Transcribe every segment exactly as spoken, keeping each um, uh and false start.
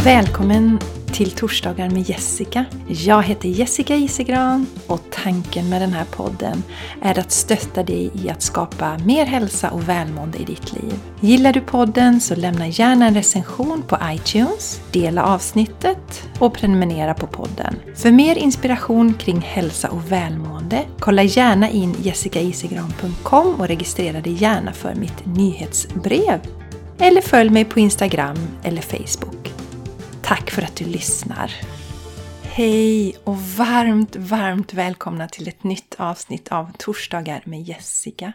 Välkommen till Torsdagar med Jessica. Jag heter Jessica Isegran och tanken med den här podden är att stötta dig i att skapa mer hälsa och välmående i ditt liv. Gillar du podden så lämna gärna en recension på iTunes, dela avsnittet och prenumerera på podden. För mer inspiration kring hälsa och välmående, kolla gärna in jessica isegran punkt com och registrera dig gärna för mitt nyhetsbrev. Eller följ mig på Instagram eller Facebook. Tack för att du lyssnar. Hej och varmt, varmt välkomna till ett nytt avsnitt av Torsdagar med Jessica.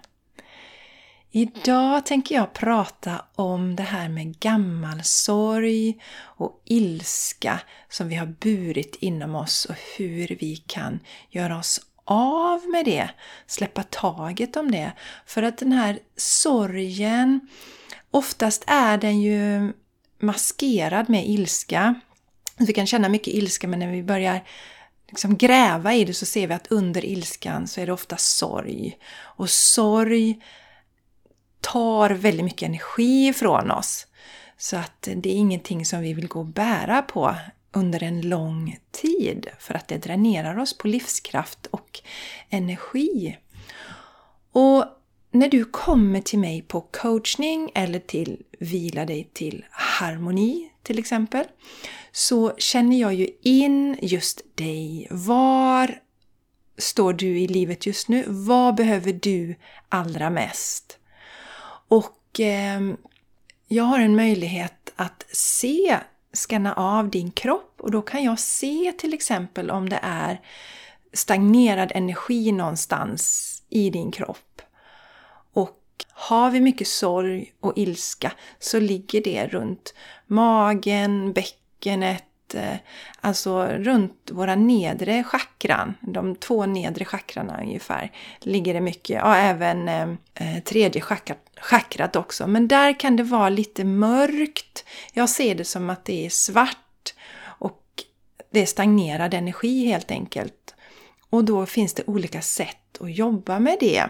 Idag tänker jag prata om det här med gammal sorg och ilska som vi har burit inom oss och hur vi kan göra oss av med det, släppa taget om det. För att den här sorgen, oftast är den ju maskerad med ilska. Vi kan känna mycket ilska, men när vi börjar liksom gräva i det så ser vi att under ilskan så är det ofta sorg. Och sorg tar väldigt mycket energi från oss. Så att det är ingenting som vi vill gå och bära på under en lång tid. För att det dränerar oss på livskraft och energi. Och när du kommer till mig på coachning eller till vila dig till harmoni till exempel, så känner jag ju in just dig. Var står du i livet just nu? Vad behöver du allra mest? Och eh, jag har en möjlighet att se, scanna av din kropp, och då kan jag se till exempel om det är stagnerad energi någonstans i din kropp. Och har vi mycket sorg och ilska så ligger det runt magen, bäckenet, alltså runt våra nedre chakran. De två nedre chakrarna ungefär ligger det mycket. Ja, även eh, tredje chakrat, chakrat också. Men där kan det vara lite mörkt. Jag ser det som att det är svart och det är stagnerad energi helt enkelt. Och då finns det olika sätt att jobba med det.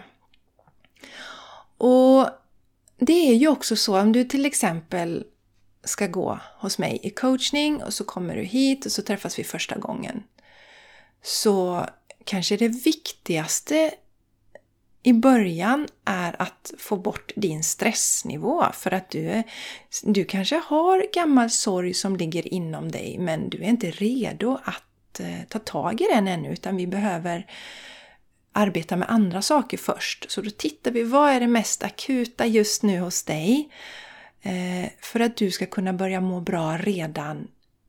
Och det är ju också så, om du till exempel ska gå hos mig i coachning och så kommer du hit och så träffas vi första gången. Så kanske det viktigaste i början är att få bort din stressnivå. För att du, du kanske har gammal sorg som ligger inom dig, men du är inte redo att eh, ta tag i den ännu, utan vi behöver arbeta med andra saker först. Så då tittar vi, vad är det mest akuta just nu hos dig? Eh, för att du ska kunna börja må bra redan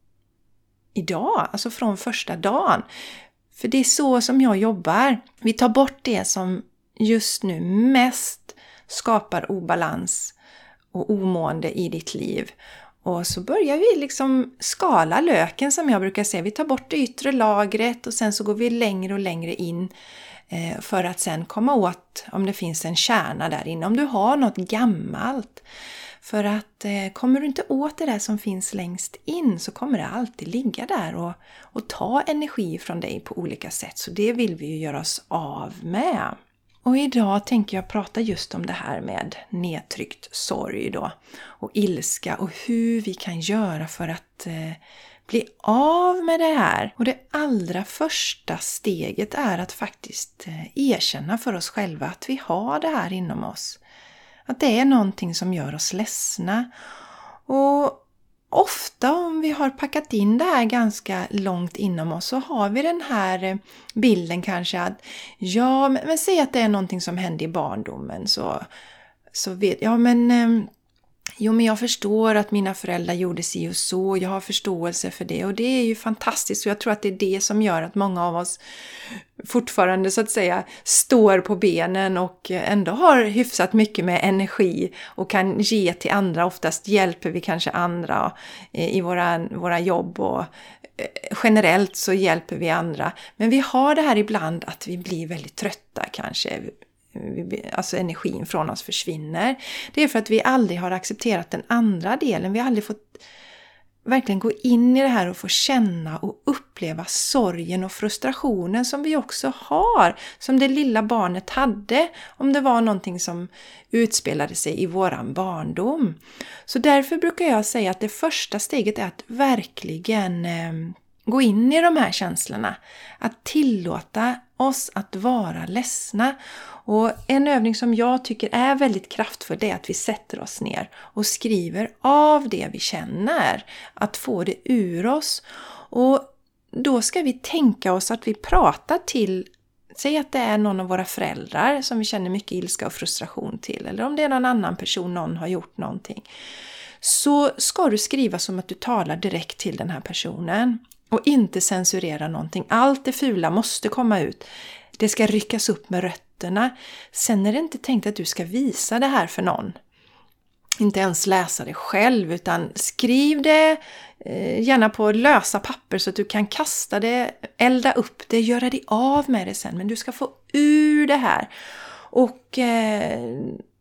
idag. Alltså från första dagen. För det är så som jag jobbar. Vi tar bort det som just nu mest skapar obalans och omående i ditt liv. Och så börjar vi liksom skala löken, som jag brukar säga. Vi tar bort det yttre lagret och sen så går vi längre och längre in. För att sen komma åt om det finns en kärna där inne. Om du har något gammalt. För att eh, kommer du inte åt det där som finns längst in, så kommer det alltid ligga där och, och ta energi från dig på olika sätt. Så det vill vi ju göra oss av med. Och idag tänker jag prata just om det här med nedtryckt sorg då. Och ilska och hur vi kan göra för att eh, bli av med det här. Och det allra första steget är att faktiskt erkänna för oss själva att vi har det här inom oss. Att det är någonting som gör oss ledsna. Och ofta om vi har packat in det här ganska långt inom oss, så har vi den här bilden kanske att ja, men, men säg att det är någonting som hände i barndomen, så, så vet ja men... Jo, men jag förstår att mina föräldrar gjorde si och så. Jag har förståelse för det. Och det är ju fantastiskt. Och jag tror att det är det som gör att många av oss fortfarande så att säga står på benen och ändå har hyfsat mycket med energi och kan ge till andra. Oftast hjälper vi kanske andra i våra, våra jobb och generellt så hjälper vi andra. Men vi har det här ibland att vi blir väldigt trötta kanske. Alltså energin från oss försvinner. Det är för att vi aldrig har accepterat den andra delen. Vi har aldrig fått verkligen gå in i det här och få känna och uppleva sorgen och frustrationen som vi också har. Som det lilla barnet hade om det var någonting som utspelade sig i våran barndom. Så därför brukar jag säga att det första steget är att verkligen eh, gå in i de här känslorna. Att tillåta oss att vara ledsna. Och en övning som jag tycker är väldigt kraftfull är att vi sätter oss ner och skriver av det vi känner. Att få det ur oss. Och då ska vi tänka oss att vi pratar till, säg att det är någon av våra föräldrar som vi känner mycket ilska och frustration till. Eller om det är någon annan person, någon har gjort någonting. Så ska du skriva som att du talar direkt till den här personen. Och inte censurera någonting. Allt det fula måste komma ut. Det ska ryckas upp med rötterna. Sen är det inte tänkt att du ska visa det här för någon. Inte ens läsa det själv, utan skriv det eh, gärna på lösa papper så att du kan kasta det, elda upp det, göra det av med det sen. Men du ska få ur det här. Och eh,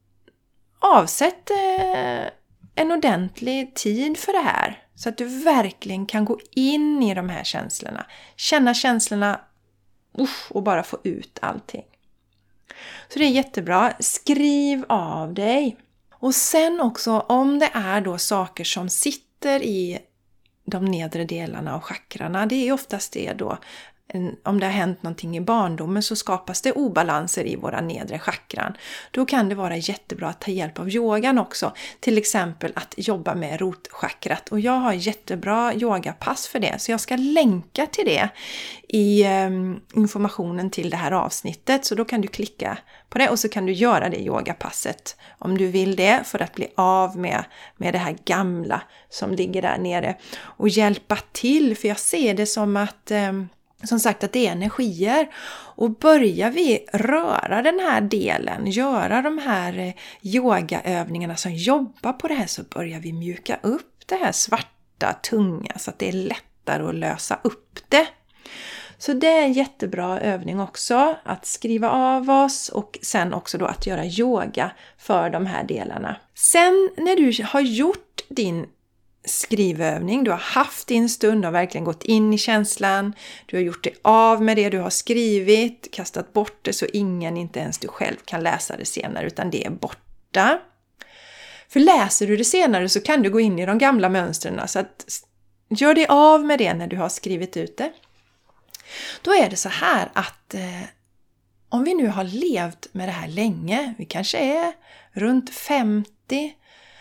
avsätt eh, en ordentlig tid för det här. Så att du verkligen kan gå in i de här känslorna. Känna känslorna usch, och bara få ut allting. Så det är jättebra. Skriv av dig. Och sen också om det är då saker som sitter i de nedre delarna av chakrarna. Det är oftast det då. Om det har hänt någonting i barndomen så skapas det obalanser i våra nedre chakran. Då kan det vara jättebra att ta hjälp av yogan också. Till exempel att jobba med rotchakrat. Och jag har jättebra yogapass för det. Så jag ska länka till det i um, informationen till det här avsnittet. Så då kan du klicka på det och så kan du göra det yogapasset om du vill det. För att bli av med, med det här gamla som ligger där nere. Och hjälpa till, för jag ser det som att... Um, Som sagt att det är energier, och börjar vi röra den här delen, göra de här yogaövningarna som jobbar på det här, så börjar vi mjuka upp det här svarta, tunga, så att det är lättare att lösa upp det. Så det är en jättebra övning också, att skriva av oss och sen också då att göra yoga för de här delarna. Sen när du har gjort din skrivövning, du har haft din stund, du har verkligen gått in i känslan, du har gjort det av med det du har skrivit, kastat bort det så ingen, inte ens du själv, kan läsa det senare, utan det är borta. För läser du det senare så kan du gå in i de gamla mönstren, så att gör det av med det när du har skrivit ut det. Då är det så här att eh, om vi nu har levt med det här länge, vi kanske är runt femtio,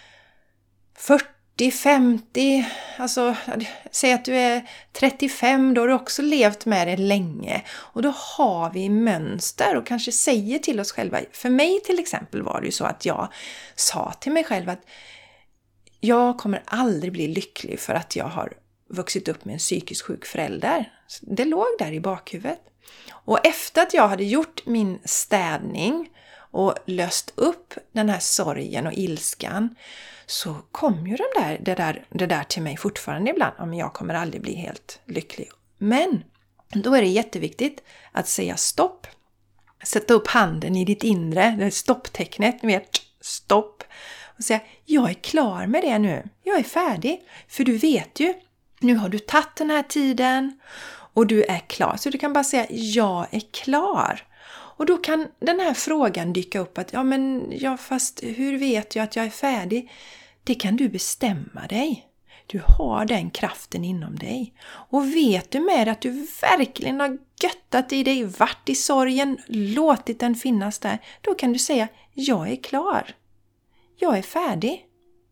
fyrtio, femtio, alltså säg att du är trettiofem, då har du också levt med det länge. Och då har vi mönster och kanske säger till oss själva. För mig till exempel var det ju så att jag sa till mig själv att jag kommer aldrig bli lycklig för att jag har vuxit upp med en psykiskt sjuk förälder. Det låg där i bakhuvudet. Och efter att jag hade gjort min städning och löst upp den här sorgen och ilskan, så kom ju de där, det, där, det där till mig fortfarande ibland. Ja, men jag kommer aldrig bli helt lycklig. Men då är det jätteviktigt att säga stopp. Sätta upp handen i ditt inre, det stopptecknet, ni vet, stopp. Och säga, jag är klar med det nu. Jag är färdig. För du vet ju, nu har du tagit den här tiden och du är klar. Så du kan bara säga, jag är klar. Och då kan den här frågan dyka upp att, ja men ja, fast hur vet jag att jag är färdig? Det kan du bestämma dig. Du har den kraften inom dig. Och vet du med att du verkligen har göttat i dig, varit i sorgen, låtit den finnas där, då kan du säga, jag är klar. Jag är färdig.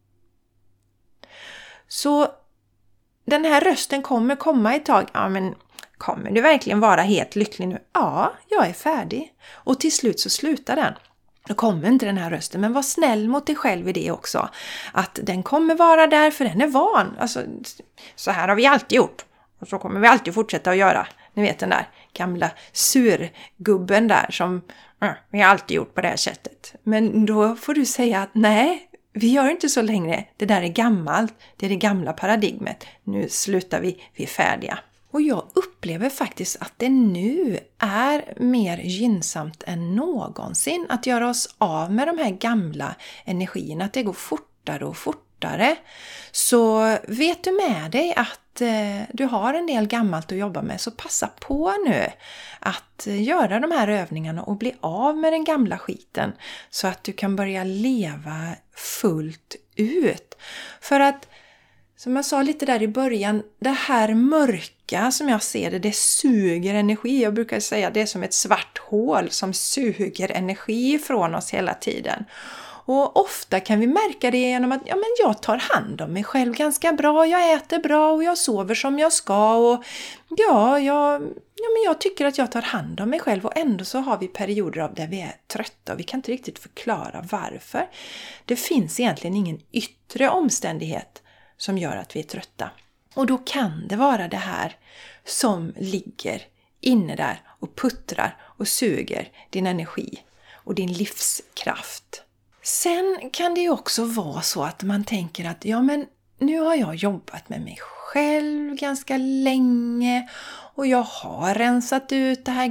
Så den här rösten kommer komma ett tag. Ja, men kommer du verkligen vara helt lycklig nu? Ja, jag är färdig. Och till slut så slutar den. Då kommer inte den här rösten, men var snäll mot dig själv i det också. Att den kommer vara där för den är van. Alltså, så här har vi alltid gjort. Och så kommer vi alltid fortsätta att göra. Ni vet den där gamla surgubben där som äh, vi har alltid gjort på det här sättet. Men då får du säga att nej, vi gör inte så längre. Det där är gammalt. Det är det gamla paradigmet. Nu slutar vi, vi är färdiga. Och jag upplever faktiskt att det nu är mer gynnsamt än någonsin att göra oss av med de här gamla energierna. Att det går fortare och fortare. kortare. Så vet du med dig att eh, du har vet du med dig att eh, du har en del gammalt att jobba med, så passa på nu att eh, göra de här övningarna och bli av med den gamla skiten så att du kan börja leva fullt ut. För att, som jag sa lite där i början, det här mörka som jag ser det, det suger energi. Jag brukar säga att det är som ett svart hål som suger energi från oss hela tiden. Och ofta kan vi märka det genom att ja, men jag tar hand om mig själv ganska bra, jag äter bra och jag sover som jag ska. Och ja, jag, ja, men jag tycker att jag tar hand om mig själv, och ändå så har vi perioder av där vi är trötta och vi kan inte riktigt förklara varför. Det finns egentligen ingen yttre omständighet som gör att vi är trötta. Och då kan det vara det här som ligger inne där och puttrar och suger din energi och din livskraft. Sen kan det ju också vara så att man tänker att ja, men nu har jag jobbat med mig själv ganska länge och jag har rensat ut det här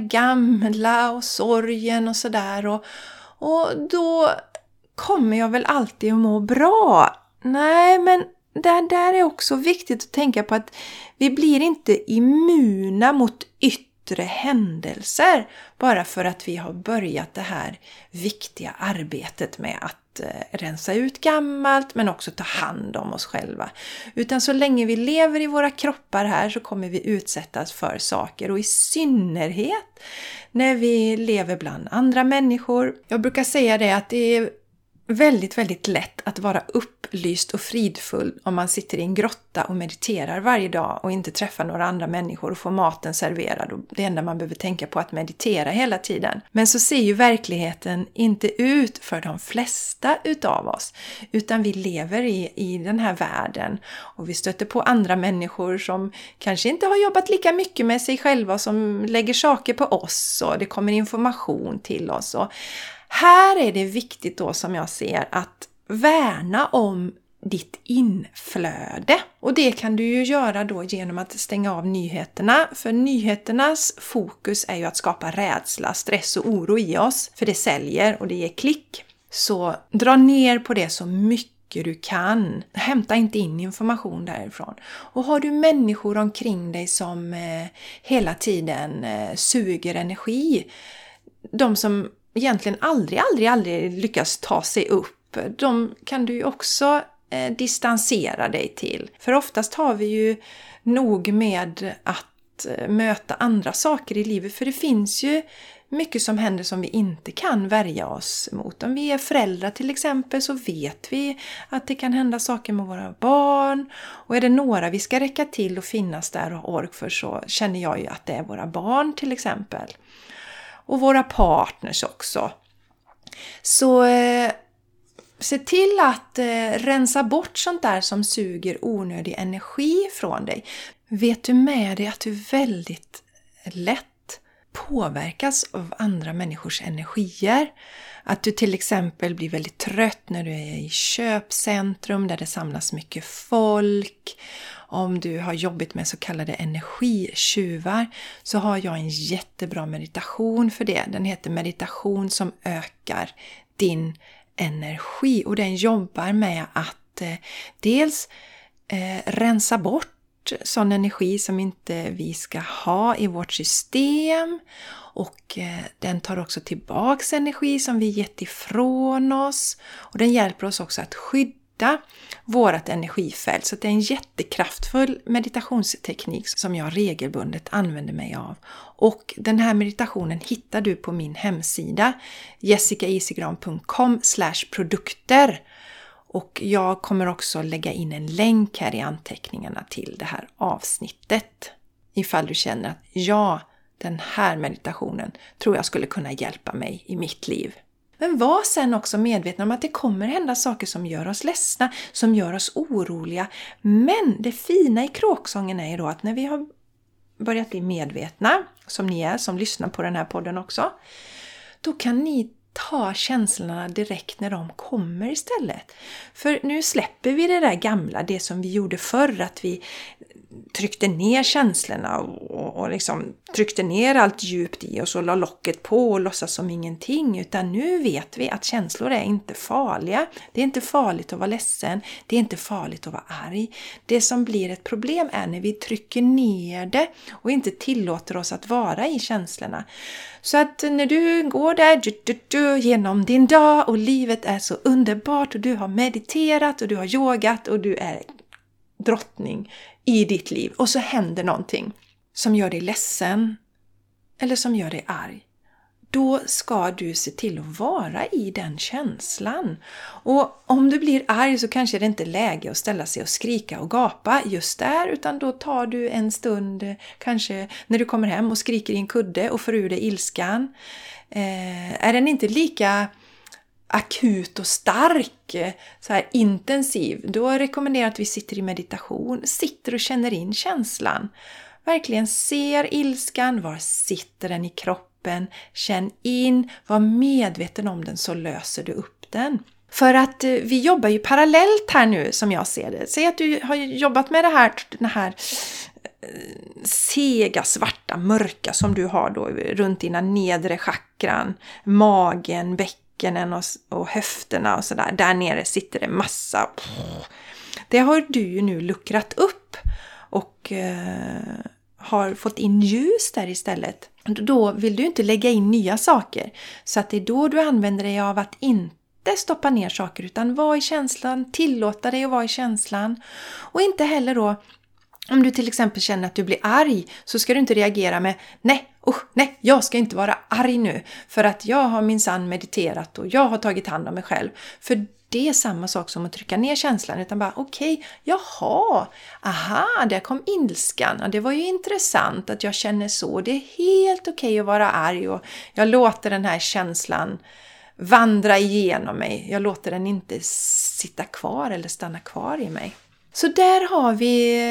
gamla och sorgen och sådär, och, och då kommer jag väl alltid att må bra. Nej, men det där är också viktigt att tänka på att vi blir inte immuna mot yttre händelser bara för att vi har börjat det här viktiga arbetet med att eh, rensa ut gammalt men också ta hand om oss själva. Utan så länge vi lever i våra kroppar här så kommer vi utsättas för saker, och i synnerhet när vi lever bland andra människor. Jag brukar säga det att det är väldigt, väldigt lätt att vara upplyst och fridfull om man sitter i en grotta och mediterar varje dag och inte träffar några andra människor och får maten serverad. Och det enda man behöver tänka på är att meditera hela tiden. Men så ser ju verkligheten inte ut för de flesta utav oss. Utan vi lever i, i den här världen och vi stöter på andra människor som kanske inte har jobbat lika mycket med sig själva, som lägger saker på oss och det kommer information till oss. Och här är det viktigt då, som jag ser, att värna om ditt inflöde. Och det kan du ju göra då genom att stänga av nyheterna. För nyheternas fokus är ju att skapa rädsla, stress och oro i oss. För det säljer och det ger klick. Så dra ner på det så mycket du kan. Hämta inte in information därifrån. Och har du människor omkring dig som eh, hela tiden eh, suger energi, de som egentligen aldrig, aldrig, aldrig lyckas ta sig upp, de kan du ju också eh, distansera dig till. För oftast har vi ju nog med att eh, möta andra saker i livet, för det finns ju mycket som händer som vi inte kan värja oss mot. Om vi är föräldrar till exempel så vet vi att det kan hända saker med våra barn, och är det några vi ska räcka till och finnas där och ha ork för, så känner jag ju att det är våra barn till exempel. Och våra partners också. Så eh, se till att eh, rensa bort sånt där som suger onödig energi från dig. Vet du med dig att du väldigt lätt påverkas av andra människors energier? Att du till exempel blir väldigt trött när du är i köpcentrum där det samlas mycket folk. Om du har jobbat med så kallade energitjuvar, så har jag en jättebra meditation för det. Den heter meditation som ökar din energi. Och den jobbar med att eh, dels eh, rensa bort sån energi som inte vi ska ha i vårt system. Och eh, den tar också tillbaks energi som vi gett ifrån oss. Och den hjälper oss också att skydda vårat energifält. Så det är en jättekraftfull meditationsteknik som jag regelbundet använder mig av. Och den här meditationen hittar du på min hemsida jessica isigran punkt com slash produkter. Och jag kommer också lägga in en länk här i anteckningarna till det här avsnittet. Ifall du känner att ja, den här meditationen tror jag skulle kunna hjälpa mig i mitt liv. Men var sen också medvetna om att det kommer hända saker som gör oss ledsna, som gör oss oroliga. Men det fina i kråksången är ju då att när vi har börjat bli medvetna, som ni är som lyssnar på den här podden också, då kan ni ta känslorna direkt när de kommer istället. För nu släpper vi det där gamla, det som vi gjorde förr, att vi tryckte ner känslorna och, och liksom tryckte ner allt djupt i oss och la locket på och låtsas som ingenting. Utan nu vet vi att känslor är inte farliga. Det är inte farligt att vara ledsen. Det är inte farligt att vara arg. Det som blir ett problem är när vi trycker ner det och inte tillåter oss att vara i känslorna. Så att när du går där du, du, du, genom din dag och livet är så underbart och du har mediterat och du har yogat och du är drottning i ditt liv och så händer någonting som gör dig ledsen eller som gör dig arg. Då ska du se till att vara i den känslan. Och om du blir arg så kanske det inte är läge att ställa sig och skrika och gapa just där, utan då tar du en stund kanske när du kommer hem och skriker i en kudde och får ur dig ilskan. Eh, är den inte lika akut och stark, så här intensiv, då rekommenderar jag att vi sitter i meditation, sitter och känner in känslan. Verkligen ser ilskan, var sitter den i kroppen, känn in, var medveten om den så löser du upp den. För att vi jobbar ju parallellt här nu som jag ser det. Säg att du har jobbat med det här, den här sega, svarta, mörka som du har då runt dina nedre chakran, magen, bäckenen och, och höfterna och sådär. Där nere sitter det massa. Det har du ju nu luckrat upp och eh, har fått in ljus där istället. Då vill du inte lägga in nya saker. Så att det är då du använder dig av att inte stoppa ner saker utan vara i känslan, tillåta dig att vara i känslan. Och inte heller då, om du till exempel känner att du blir arg, så ska du inte reagera med nej, oh, nej, jag ska inte vara arg nu för att jag har minsann mediterat och jag har tagit hand om mig själv. För det är samma sak som att trycka ner känslan, utan bara okej, okay, jaha, aha, där kom ilskan. Ja, det var ju intressant att jag känner så. Det är helt okej okay att vara arg och jag låter den här känslan vandra igenom mig. Jag låter den inte sitta kvar eller stanna kvar i mig. Så där har vi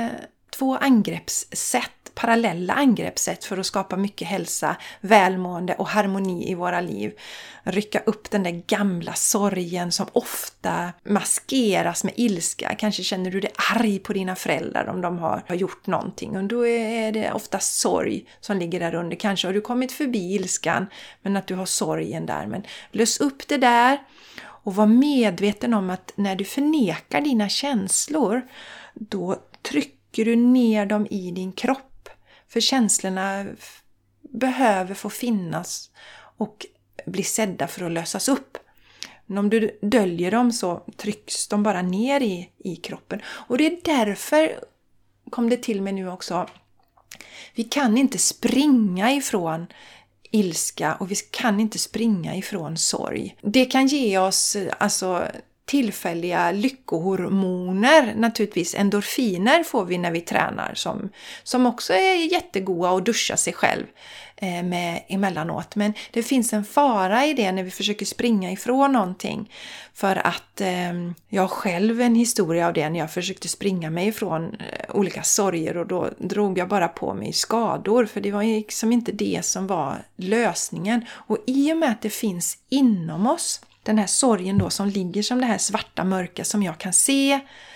två angreppssätt, parallella angreppssätt för att skapa mycket hälsa, välmående och harmoni i våra liv. Rycka upp den där gamla sorgen som ofta maskeras med ilska. Kanske känner du dig arg på dina föräldrar om de har, har gjort någonting. Och då är det ofta sorg som ligger där under. Kanske har du kommit förbi ilskan men att du har sorgen där. Men lös upp det där. Och var medveten om att när du förnekar dina känslor, då trycker du ner dem i din kropp. För känslorna behöver få finnas och bli sedda för att lösas upp. Men om du döljer dem så trycks de bara ner i, i kroppen. Och det är därför, kom det till mig nu också, vi kan inte springa ifrån ilska och vi kan inte springa ifrån sorg. Det kan ge oss alltså tillfälliga lyckohormoner, naturligtvis endorfiner får vi när vi tränar som, som också är jättegoda att duscha sig själv eh, med emellanåt. Men det finns en fara i det när vi försöker springa ifrån någonting. För att eh, jag har själv en historia av det när jag försökte springa mig ifrån eh, olika sorger och då drog jag bara på mig skador. För det var liksom inte det som var lösningen. Och i och med att det finns inom oss, den här sorgen då som ligger som det här svarta mörka som jag kan se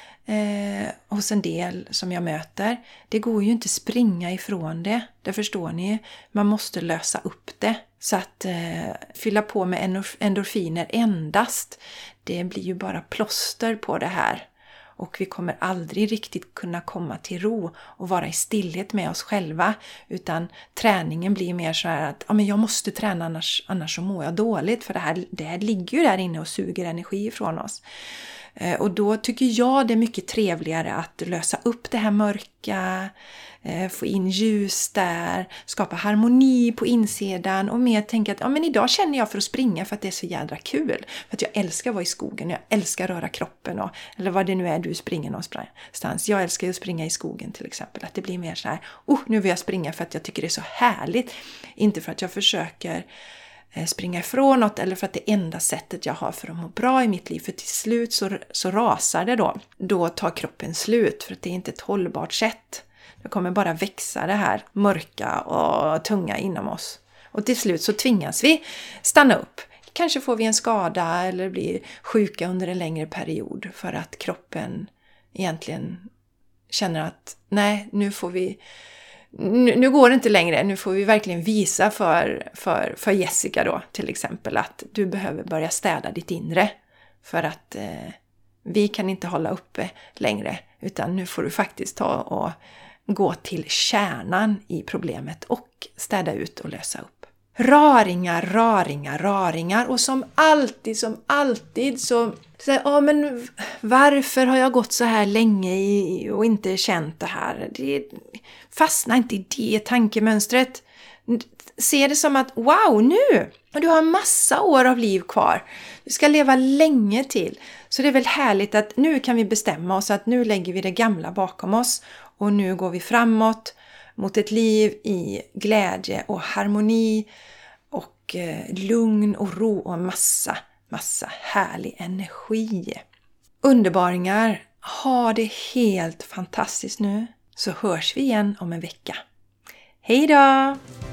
eh, hos en del som jag möter. Det går ju inte springa ifrån det. Det förstår ni. Man måste lösa upp det. Så att eh, fylla på med endorfiner endast, det blir ju bara plåster på det här. Och vi kommer aldrig riktigt kunna komma till ro och vara i stillhet med oss själva. Utan träningen blir mer så här att ja, men jag måste träna annars, annars så mår jag dåligt. För det här, det här ligger ju där inne och suger energi ifrån oss. Eh, och då tycker jag det är mycket trevligare att lösa upp det här mörka. Eh, få in ljus där. Skapa harmoni på insidan. Och mer tänka att ja, men idag känner jag för att springa för att det är så jädra kul. För att jag älskar att vara i skogen. Jag älskar röra kroppen. Och, eller vad det nu är du springer någonstans. Jag älskar ju att springa i skogen till exempel. Att det blir mer så här. Oh, nu vill jag springa för att jag tycker det är så härligt. Inte för att jag försöker springa ifrån något eller för att det är enda sättet jag har för att må bra i mitt liv. För till slut så, så rasar det då. Då tar kroppen slut för att det är inte ett hållbart sätt. Det kommer bara växa det här mörka och tunga inom oss. Och till slut så tvingas vi stanna upp. Kanske får vi en skada eller blir sjuka under en längre period för att kroppen egentligen känner att nej, nu får vi nu, nu går det inte längre. Nu får vi verkligen visa för, för, för Jessica då till exempel att du behöver börja städa ditt inre. För att eh, vi kan inte hålla uppe längre, utan nu får du faktiskt ta och gå till kärnan i problemet och städa ut och lösa upp. Raringar, raringar, raringar och som alltid, som alltid så ja ah, men varför har jag gått så här länge i, och inte känt det här? Det, fastna inte i det tankemönstret. Se det som att wow, nu! Och du har en massa år av liv kvar. Du ska leva länge till. Så det är väl härligt att nu kan vi bestämma oss att nu lägger vi det gamla bakom oss. Och nu går vi framåt mot ett liv i glädje och harmoni och eh, lugn och ro och massa, massa härlig energi. Underbaringar, ha det helt fantastiskt nu. Så hörs vi igen om en vecka. Hej då!